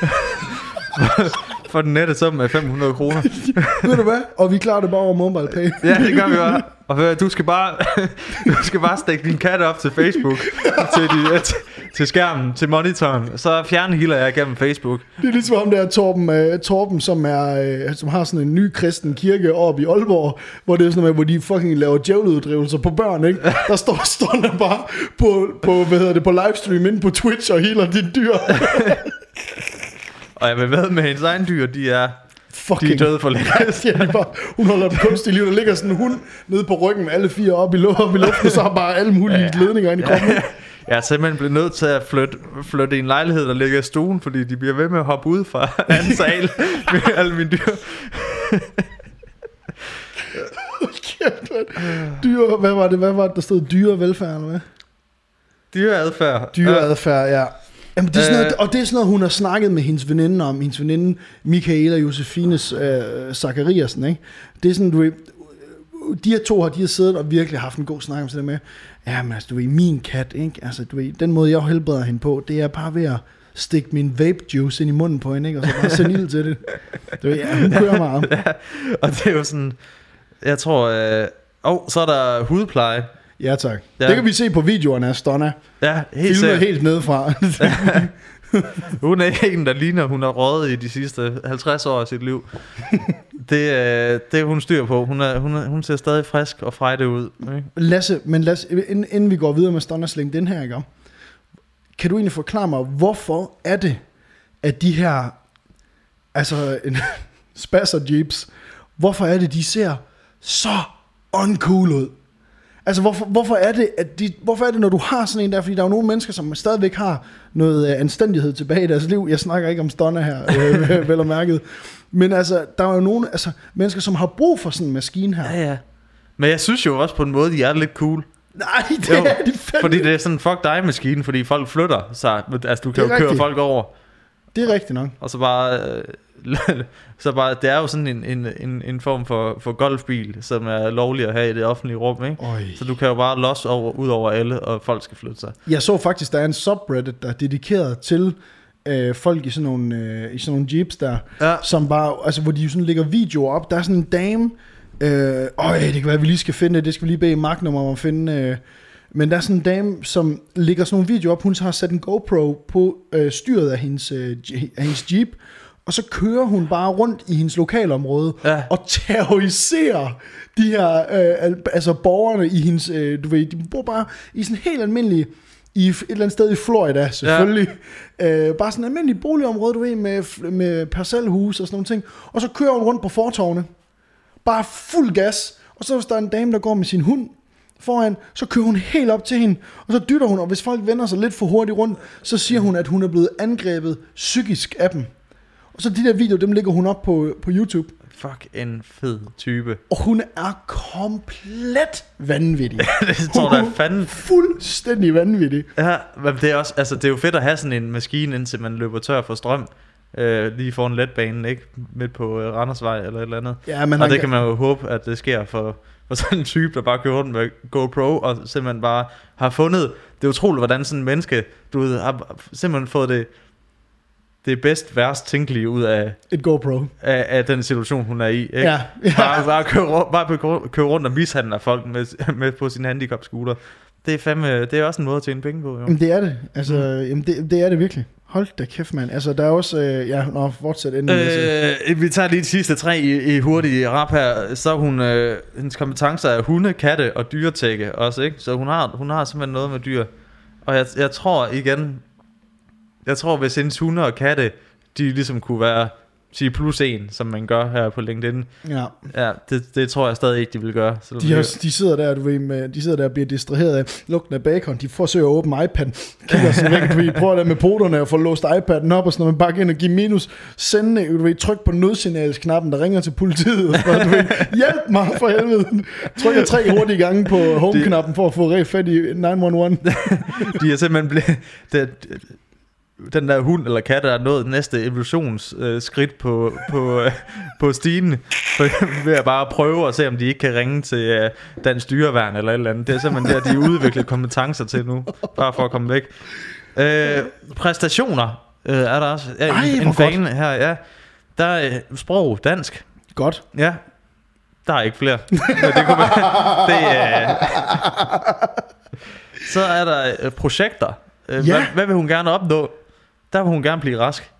For den nette sum af 500 kroner. Ved du hvad? Og vi klarer det bare over MobilePay. Ja, det gør vi bare. Og du skal bare stikke din kat op til Facebook, til skærmen, til monitoren. Så fjernhealer jeg gennem Facebook. Det er ligesom om der er Torben som har sådan en ny kristen kirke oppe i Aalborg, hvor det er sådan noget, hvor de fucking laver djævleuddrivelser på børn, ikke? Der står der bare på livestream inde på Twitch og healer dit dyr. Og jeg vil ved med hendes egen dyr, de er døde for længe. Hun holder dem kunstigt liv. Der ligger sådan en hund nede på ryggen med alle 4 op i luften, og så har bare alle mulige ledninger ind i kroppen. Jeg er simpelthen blevet nødt til at flytte i en lejlighed, der ligger i stuen, fordi de bliver ved med at hoppe ud fra anden sal med alle mine dyr. Dyr, hvad var det, der stod? Dyrevelfærd eller hvad? Dyreadfærd, ja. Jamen, det er sådan noget, og det er sådan noget, hun har snakket med hendes veninde om. Hendes veninde Michaela Josefines Zachariasen, ikke? Det er sådan, du ved, de her to de har siddet og virkelig haft en god snak om det med. Ja, men altså, du ved, min kat, ikke? Altså, du ved, den måde, jeg helbreder hende på, det er bare ved at stikke min vape juice ind i munden på hende, ikke? Og så bare sende ild til det. Du ved, ja, hun kører meget. Ja, og det er jo sådan, jeg tror, så er der hudpleje. Ja, tak. Ja. Det kan vi se på videoerne af Stonna. Ja, helt nedefra. Hun er en, der ligner, hun har røget i de sidste 50 år af sit liv. Det er hun styr på. Hun ser stadig frisk og frejdig ud. Ikke? Lasse, inden vi går videre med Stonnas LinkedIn her, ikke? Kan du egentlig forklare mig, hvorfor er det, at de her spasser jeeps, hvorfor er det, de ser så uncool ud? Altså, hvorfor er det, når du har sådan en der, fordi der er jo nogle mennesker, som stadigvæk har noget anstændighed tilbage i deres liv. Jeg snakker ikke om Stonna her, vel og mærket. Men altså, der er jo nogle mennesker, som har brug for sådan en maskine her. Ja. Men jeg synes jo også på en måde, de er lidt cool. Nej, det er de fandme. Fordi det er sådan en fuck dig maskine, fordi folk flytter sig. Altså, du kan jo køre folk over. Det er rigtigt nok. Og så bare, det er jo sådan en form for golfbil, som er lovlig at have i det offentlige rum, ikke? Så du kan jo bare losse ud over alle, og folk skal flytte sig. Jeg så faktisk, der er en subreddit, der er dedikeret til folk i sådan nogle jeeps der, som bare, altså hvor de sådan lægger videoer op. Der er sådan en dame, det kan være, at vi lige skal finde det skal vi lige bede Magnum om at finde. Men der er sådan en dame, som lægger sådan nogle videoer op. Hun har sat en GoPro på styret af hendes jeep, og så kører hun bare rundt i hendes lokalområde og terroriserer de her borgerne i hendes, du ved, de bor bare i sådan helt almindelige, i et eller andet sted i Florida selvfølgelig, bare sådan et almindeligt boligområde, du ved, med parcelhus og sådan nogle ting, og så kører hun rundt på fortovene, bare fuld gas, og så hvis der er en dame, der går med sin hund foran, så kører hun helt op til hende, og så dytter hun, og hvis folk vender sig lidt for hurtigt rundt, så siger hun, at hun er blevet angrebet psykisk af dem. Og så de der videoer, dem lægger hun op på YouTube. Fuck en fed type. Og hun er komplet vanvittig. Det tror jeg fanden. Fuldstændig vanvittig. Ja, men det er også, altså det er jo fedt at have sådan en maskine, indtil man løber tør for strøm. Lige foran letbanen, ikke? Midt på Randersvej eller et eller andet. Ja, men og det kan man jo håbe, at det sker for sådan en type, der bare kører rundt med GoPro, og simpelthen bare har fundet, det er utroligt, hvordan sådan en menneske, du ved, har simpelthen fået det bedst værst tænkelige ud af et GoPro af den situation hun er i, ikke? Ja. Bare køre rundt og mishandle folk med på sin handicap scooter. Det er fandme, det er også en måde at tjene penge på, jo. Jamen det er det. Altså, jamen det er det virkelig. Hold da kæft, mand. Altså der er også fortsæt inden vi tager lige de sidste 3 i hurtig rap her. Så hendes kompetencer er hunde, katte og dyretække også, ikke? Så hun har simpelthen noget med dyr. Og jeg tror igen, hvis hendes hunde og katte, de ligesom kunne være sige +1, som man gør her på LinkedIn. Ja, det tror jeg stadig ikke, de vil gøre. De sidder der, du ved, de sidder der og bliver distraheret af lugten af bacon. De forsøger at åbne iPad'en, kigger sådan væk, du ved, prøver der med poterne og få låst iPad'en op, og sådan noget, man bare går ind og giver minus, sende, du ved, tryk på nødsignalsknappen, der ringer til politiet, og sådan, du ved, hjælp mig for helvede. Trykker 3 hurtige gange på home-knappen for at få fat i 911. De er simpelthen blevet... Den der hund eller kat er nået næste evolutionsskridt på stigen ved at bare prøve at se, om de ikke kan ringe til Dansk Dyreværn eller et eller andet. Det er simpelthen der, de er udviklet kompetencer til nu, bare for at komme væk. Præstationer er der også. En fan her, ja. Der er sprog, dansk. Godt. Ja, der er ikke flere. Men det kunne være, Så er der projekter. Hvad vil hun gerne opnå? Der vil hun gerne blive rask.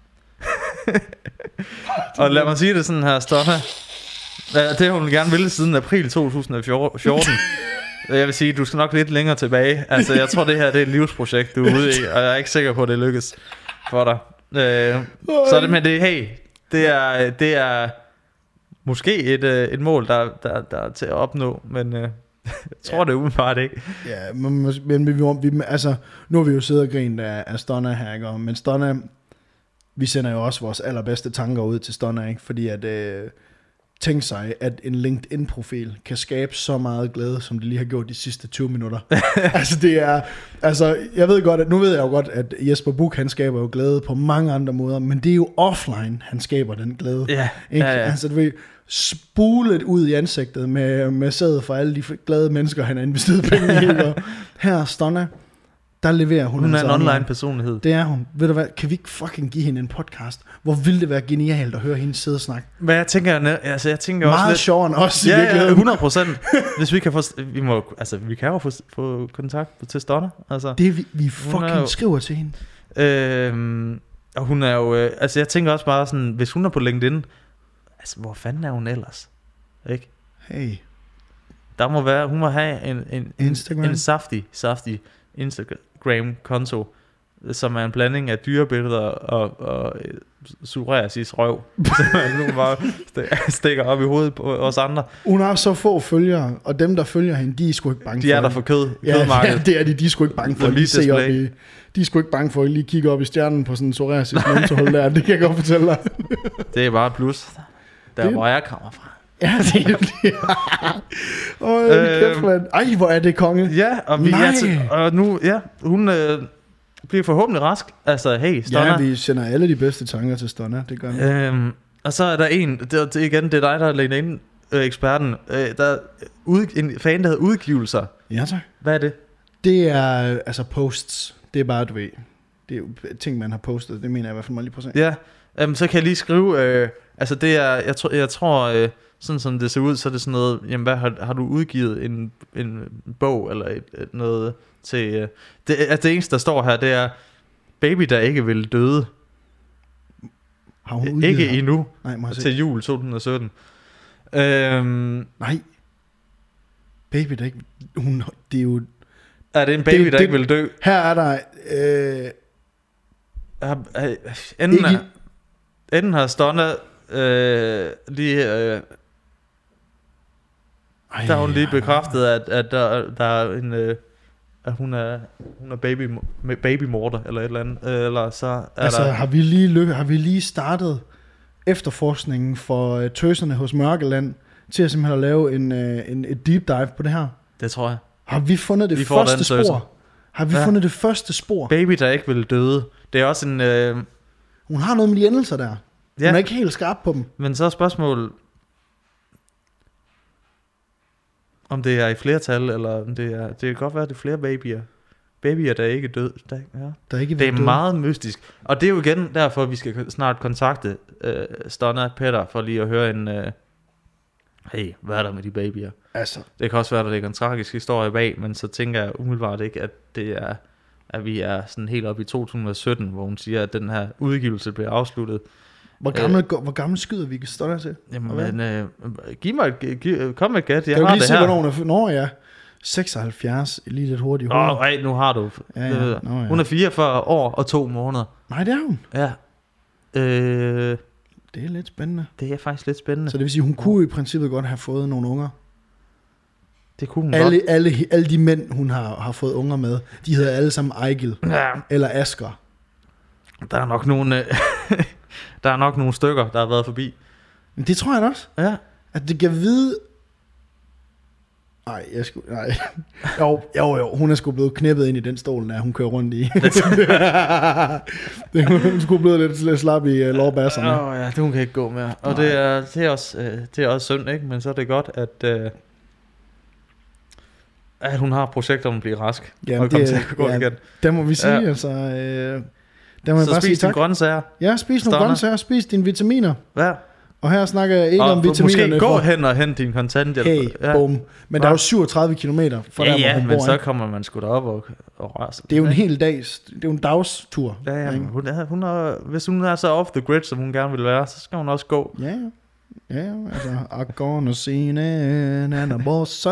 Og lad mig sige det sådan her, Stonna. Det har hun gerne ville siden april 2014. Jeg vil sige, du skal nok lidt længere tilbage. Altså, jeg tror, det her det er et livsprojekt, du er ude i, og jeg er ikke sikker på, at det lykkes for dig. Så er det med det, hey, det er måske et mål, der er til at opnå, men... Jeg tror det umiddelbart ikke. Ja, men altså, nu har vi jo siddet og grint af Stonna her, ikke? Men Stonna, vi sender jo også vores allerbedste tanker ud til Stonna, ikke? Fordi at tænk sig, at en LinkedIn-profil kan skabe så meget glæde, som det lige har gjort de sidste 20 minutter. Altså det er, jeg ved godt, at nu ved jeg jo godt, at Jesper Buch, han skaber jo glæde på mange andre måder, men det er jo offline, han skaber den glæde. Ja, ikke? Ja. Altså du ved, spulet ud i ansigtet med sæd for alle de glade mennesker, han har investeret penge i. Og her Stonna, der leverer hun. Hun er en online personlighed. Det er hun. Ved du hvad, kan vi ikke fucking give hende en podcast? Hvor ville det være genialt at høre hende sidde og snakke? Men jeg tænker meget også lidt sjovere end os i virkeligheden. 100%. Hvis vi kan få, vi kan jo få kontakt til Stonna. Altså, det vi fucking skriver til hende. Og hun er jo, jeg tænker også bare sådan, hvis hun er på LinkedIn, altså hvor fanden er hun ellers? Ikke? Hey. Der må være, hun må have en saftig Instagram-konto, som er en blanding af dyrebilleder og psoriasis røv, som nu bare stikker op i hovedet på os andre. Hun har så få følgere, og dem der følger hende, de er sgu ikke bange for. De er der for kødmarkedet. Ja, det er de er sgu ikke bange for. De er sgu ikke bange for at lige kigge op i stjernen på sådan en psoriasis mentorhold der. Det kan jeg godt fortælle dig. Det er bare et plus. Hvor jeg kommer fra. Ja, det er det. Kæft, mand. Ej, hvor er det konge. Ja, og nu, ja, hun bliver forhåbentlig rask. Altså, hey, Stonna. Ja, vi sender alle de bedste tanker til Stonna, det gør vi. Og så er der det er dig, der er LinkedIn eksperten. Der er en fan, der hedder udgivelser. Ja, tak. Hvad er det? Det er altså posts. Det er bare, du ved, det er jo ting, man har postet. Det mener jeg i hvert fald lige på sig. Ja, så kan jeg lige skrive, altså det er, jeg tror sådan som det ser ud, så er det sådan noget, jamen hvad har du udgivet en bog eller noget til, det eneste der står her, det er baby der ikke vil døde. Har hun ikke her? Endnu. Nej, til jul 2017. Nej. Baby der ikke, det er jo. Er det en baby der ikke vil dø? Her er der enden har Stonna lige der har hun lige bekræftet at der er en at hun er babymorder eller et eller andet, eller så er altså der... har vi lige startet efterforskningen for tøserne hos Mørkeland til at simpelthen at lave et deep dive på det her. Det tror jeg. Har vi fundet det første spor? Har vi fundet det første spor? Baby der ikke vil døde. Det er også en hun har noget med de endelser der. Hun er ikke helt skarp på dem. Men så er spørgsmålet, Om det er i flertal, eller om det er... Det kan godt være, det er flere babyer. Babyer, der er ikke død. Der er ikke det er død. Meget mystisk. Og det er jo igen derfor, vi skal snart kontakte Stonna Petter, for lige at høre en... hey, hvad er der med de babyer? Altså. Det kan også være, der ligger en tragisk historie bag, men så tænker jeg umiddelbart ikke, at det er... At vi er sådan helt oppe i 2017, hvor hun siger, at den her udgivelse bliver afsluttet. Hvor gammel skyder vi Stonna til? Jamen, kom med et gæt. Jeg har det her. Hvornår hun er... Nå ja, 76, lige lidt hurtigt. Nej, nu har du. Ja. Hun er 44 år og 2 måneder. Nej, det er hun. Ja. Det er lidt spændende. Det er faktisk lidt spændende. Så det vil sige, hun kunne i princippet godt have fået nogle unger. Det kunne hun godt. Alle de mænd, hun har fået unger med, de hedder alle sammen Ejgil eller Asger. Der er nok nogle stykker, der har været forbi. Men det tror jeg også. Ja. At det kan vide... Nej. Jo, hun er sgu blevet knæppet ind i den stol, der hun kører rundt i. Hun skulle blevet lidt slap i lårbasserne. Ja, det hun kan ikke gå med. Og det er også synd, ikke? Men så er det godt, at hun har projekter om at blive rask. Ja, og komme til at gå igen. Det må vi sige, altså... Der må så bare spis dine grøntsager. Ja, spis nogle grøntsager, spis dine vitaminer. Ja. Og her snakker jeg ikke om vitaminerne. Måske gå hen og hente din kontanthjælp. Hey, boom. Men der er jo 37 kilometer fra der, hvor hun bor. Men så kommer man sgu derop og rører sig. Det er jo en hel dags, det er jo en dagstur. Ja, hun er, hvis hun er så off the grid, som hun gerne vil være, så skal hun også gå. Ja, altså, I'm gonna see and I'm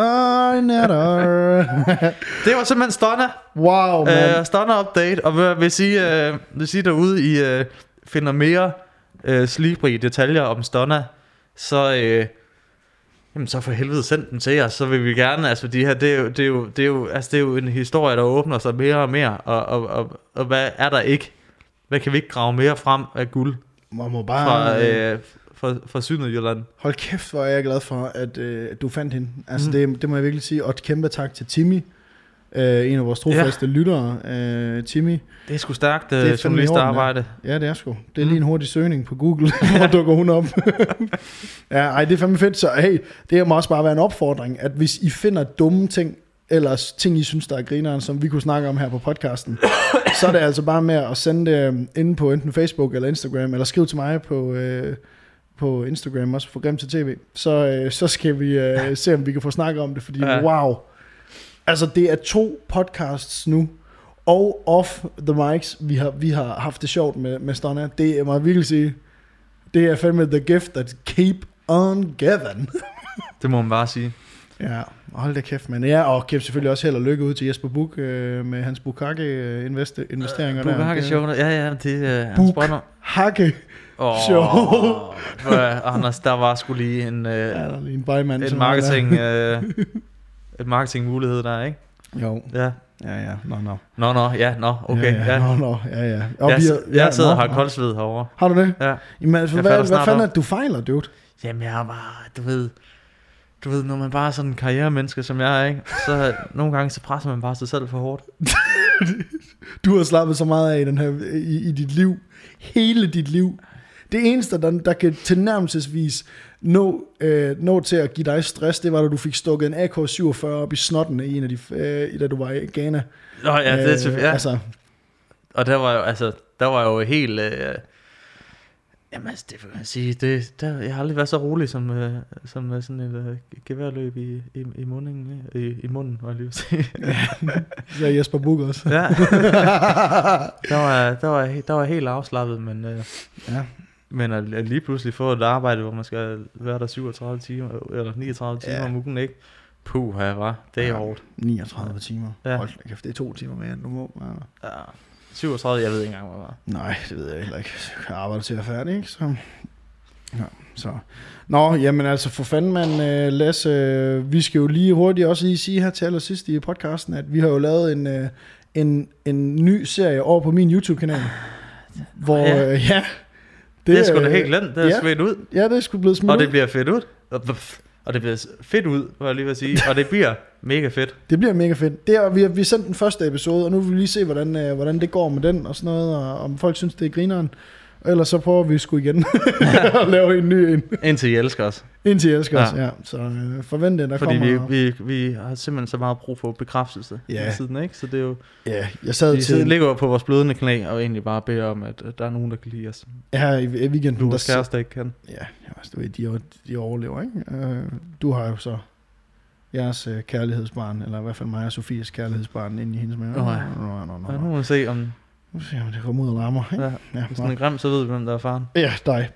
det var simpelthen Stonna. Wow, man. Stonna update. Og hvis I derude, I finder mere slibrige detaljer om Stonna, så så for helvede send den til os, så vil vi gerne, altså de her, det er jo en historie, der åbner sig mere og mere, og hvad er der ikke? Hvad kan vi ikke grave mere frem af guld? Man må bare fra Sydjylland. Hold kæft, hvor er jeg glad for, at du fandt hende. Altså det må jeg virkelig sige, og et kæmpe tak til Timmy. En af vores trofaste lyttere, Timmy. Det er sgu stærkt journalistarbejde. Ja, det er sgu. Det er lige en hurtig søgning på Google, hvor dukker hun op. Ja, det er fandme fedt. Så hey, det må også bare være en opfordring, at hvis I finder dumme ting, eller ting, I synes, der er grineren, som vi kunne snakke om her på podcasten, så er det altså bare med at sende det inde på enten Facebook eller Instagram, eller skriv til mig på Instagram, også på Grim til TV. Så skal vi se, om vi kan få snakket om det, fordi wow. Altså, det er 2 podcasts nu, og off the mics, vi har haft det sjovt med Stonna. Det må jeg virkelig sige, det er fandme the gift that keep on giving. Det må man bare sige. Ja, hold da kæft, man. Ja, og kæft selvfølgelig også held og lykke ud til Jesper Buch med hans Bukkake-investeringer. Bukkake-show, ja, det er hans brønder. Bukkake-show. Anders, der var sgu lige en bymand, en marketingmulighed der, ikke? Jo. Ja. Ja. Okay. Ja. Jeg sidder og har koldsved herovre. Har du det? Ja. Jamen, altså, hvad fanden er du fejler, dude? Jamen, jeg er bare, du ved, når man bare er sådan en karrieremenneske, som jeg er, ikke? Så nogle gange, så presser man bare sig selv for hårdt. Du har slappet så meget af i dit liv. Hele dit liv. Det eneste, der kan tilnærmelsesvis nå til at give dig stress, det var, da du fik stukket en AK-47 op i snotten i en af de, da du var i Ghana. Nå ja, det er selvfølgelig, ja. Altså. Og der var jo helt... jamen altså, det vil jeg sige, jeg har aldrig været så rolig som sådan et geværløb i munden, i munden, var jeg lige vil sige. Ja, Jesper Buch også. Ja. der var helt afslappet, men ja. Men at lige pludselig få et arbejde, hvor man skal være der 37 timer, eller 39 timer om ugen, ikke? Puh, det er hårdt. 39 timer. Ja. Hold da kæft, det er 2 timer mere, end du må. Ja. 37, jeg ved ikke engang, hvad det var. Nej, det ved jeg heller ikke. Jeg arbejder til at være færdig, ikke? Så. Nå, jamen altså, for fanden, man, Lasse, vi skal jo lige hurtigt også lige sige her til allersidst i podcasten, at vi har jo lavet en ny serie over på min YouTube-kanal, hvor, det er sgu da helt glemt, det er svedt ud. Ja, det er sgu blevet smidt ud. Og det bliver fedt ud. Og det bliver fedt ud, hvad jeg lige vil sige. Og det bliver mega fedt. Det bliver mega fedt. Vi har sendt den første episode, og nu vil vi lige se, hvordan det går med den og sådan noget, og om folk synes, det er grineren. Ellers så prøver vi sgu igen at lave en ny en. Indtil I elsker os. Indtil I elsker os, ja. Så forvent det, der fordi kommer... Fordi vi har simpelthen så meget brug for bekræftelse i tiden, ikke? Så det er jo... Ja, jeg sad til... Vi ligger på vores blødende knæ og egentlig bare beder om, at der er nogen, der kan lide os. Her i weekenden... Du og kæreste ikke kan. Ja, altså, du ved, de overlever, ikke? Du har jo så jeres kærlighedsbarn, eller i hvert fald mig og Sofies kærlighedsbarn inde i hendes mave. Ja, nu må vi se om... Nu ser om det kommer ud og larmer, ikke? Ja, hvis den er grim, så ved vi, hvem der er faren. Ja, dig.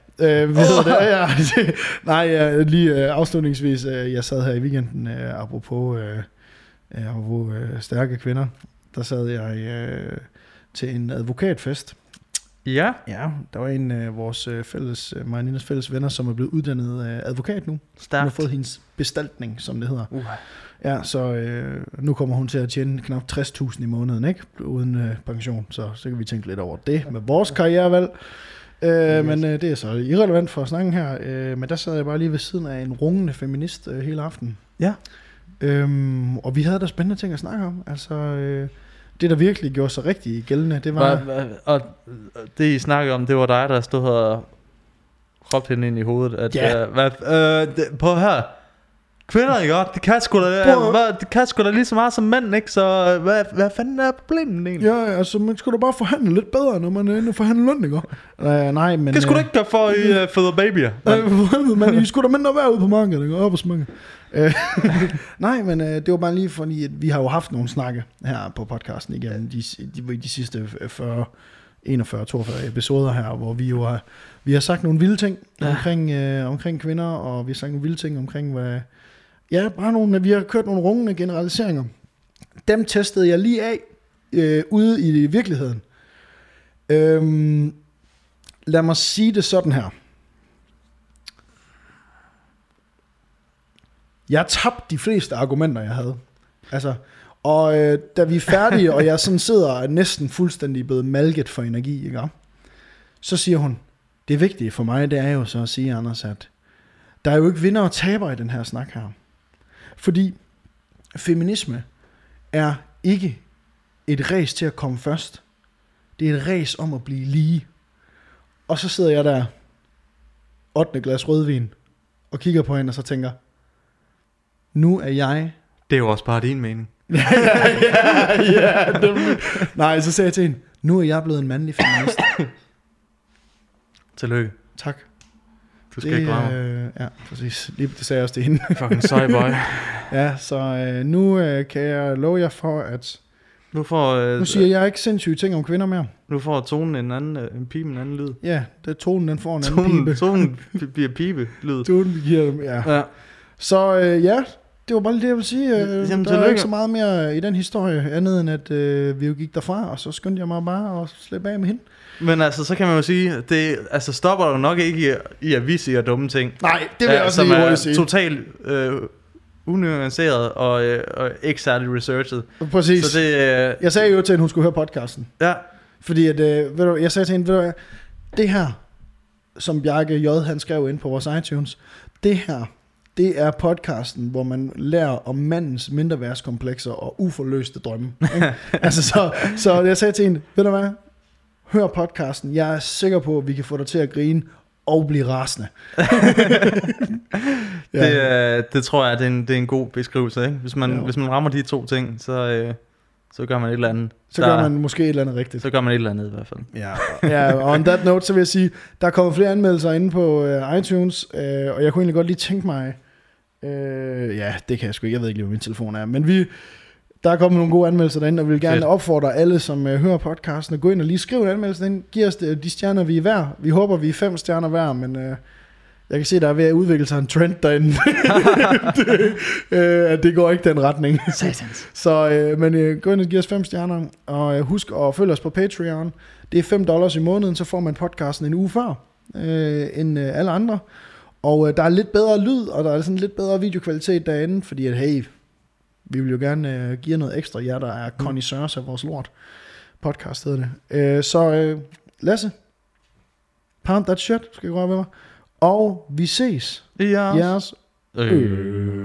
Nej, lige afslutningsvis, jeg sad her i weekenden, apropos stærke kvinder, der sad jeg til en advokatfest. Ja? Ja, der var en af vores Marianines fælles venner, som er blevet uddannet advokat nu. Stærkt. Hun har fået hendes bestaltning, som det hedder. Ja, så nu kommer hun til at tjene knap 60.000 i måneden, ikke? Uden pension, så kan vi tænke lidt over det med vores karrierevalg. Men det er så irrelevant for snakken her. Men der sad jeg bare lige ved siden af en rungende feminist hele aftenen. Ja. Og vi havde da spændende ting at snakke om. Altså, det der virkelig gjorde sig rigtig gældende, det var... Og det I snakkede om, det var dig, der stod og råbte hende ind i hovedet, at... Prøv her. Kvinder, ikke godt? Det kan sgu da lige så meget som mænd, ikke? Så hvad fanden er problemet egentlig? Ja, altså, man skulle da bare forhandle lidt bedre, når man er inde og forhandle løn, ikke? Nej, men... Det skulle du ikke gøre for, I føder babyer. Men I skulle da mindre være ude på markedet, ikke? Op og smange. Nej, men det var bare lige fordi, at vi har jo haft nogle snakke her på podcasten igennem de sidste 41-42 episoder her, hvor vi har sagt nogle vilde ting omkring kvinder, og vi har sagt nogle vilde ting omkring, vi har kørt nogle rungende generaliseringer. Dem testede jeg lige af ude i virkeligheden. Lad mig sige det sådan her. Jeg tabte de fleste argumenter, jeg havde. Altså, og da vi er færdige, og jeg sådan sidder næsten fuldstændig blevet malket for energi, ikke? Så siger hun, det vigtige for mig, det er jo så at sige, Anders, at der er jo ikke vinder og taber i den her snak her. Fordi feminisme er ikke et ræs til at komme først. Det er et ræs om at blive lige. Og så sidder jeg der, 8. glas rødvin, og kigger på hende, og så tænker, nu er jeg... Det er jo også bare din mening. Nej, så sagde jeg til hende, nu er jeg blevet en mandlig feminist. Tillykke. Tak. Du skal ikke grave. Ja, præcis. Det sagde jeg også til hende. Fucking sej boy. Ja, så nu kan jeg love jer for, at... Nu siger jeg ikke sindssyge ting om kvinder mere. Nu får tonen en pibe en anden lyd. Ja, tonen den får en anden pibe. Tonen bliver pibe-lyd. Tonen giver dem, ja. Så det var bare det, jeg vil sige. Der er ikke så meget mere i den historie, andet end at vi jo gik derfra, og så skyndte jeg mig bare at slippe af med hende. Men altså, så kan man jo sige, det stopper jo nok ikke i at vi siger dumme ting. Nej, det vil jeg også lige hurtigt sige. Som er totalt unuanceret og ikke særlig researchet. Præcis. Så det, jeg sagde jo til hende, hun skulle høre podcasten. Ja. Fordi at, jeg sagde til hende, det her, som Bjarke J. han skrev ind på vores iTunes, det her, det er podcasten, hvor man lærer om mandens mindreværdskomplekser og uforløste drømme. Altså, så jeg sagde til hende, ved du hvad? Hør podcasten. Jeg er sikker på, at vi kan få dig til at grine og blive rasende. Det tror jeg, det er en god beskrivelse, ikke? Hvis man rammer de to ting, så gør man et eller andet. Så gør man måske et eller andet rigtigt. Så gør man et eller andet i hvert fald. Ja, og on that note, så vil jeg sige, der er kommet flere anmeldelser inde på iTunes, og jeg kunne egentlig godt lige tænke mig, det kan jeg sgu ikke, jeg ved ikke lige, hvor min telefon er, men der er kommet nogle gode anmeldelser derinde, og vi vil gerne opfordre alle, som hører podcasten, at gå ind og lige skrive en anmeldelse derinde. Giv os de stjerner, vi er værd. Vi håber, vi er 5 stjerner værd, men jeg kan se, der er ved at udvikle sig en trend derinde. Det går ikke den retning. Så, men gå ind og giv os 5 stjerner, og husk at følge os på Patreon. Det er $5 i måneden, så får man podcasten en uge før, end alle andre. Og der er lidt bedre lyd, og der er sådan lidt bedre videokvalitet derinde, fordi at hey, vi vil jo gerne give noget ekstra, jer der er connoisseurs af vores lort podcast hedder det. Så Lasse, pound that shit, skal jeg røre med mig. Og vi ses. Yes.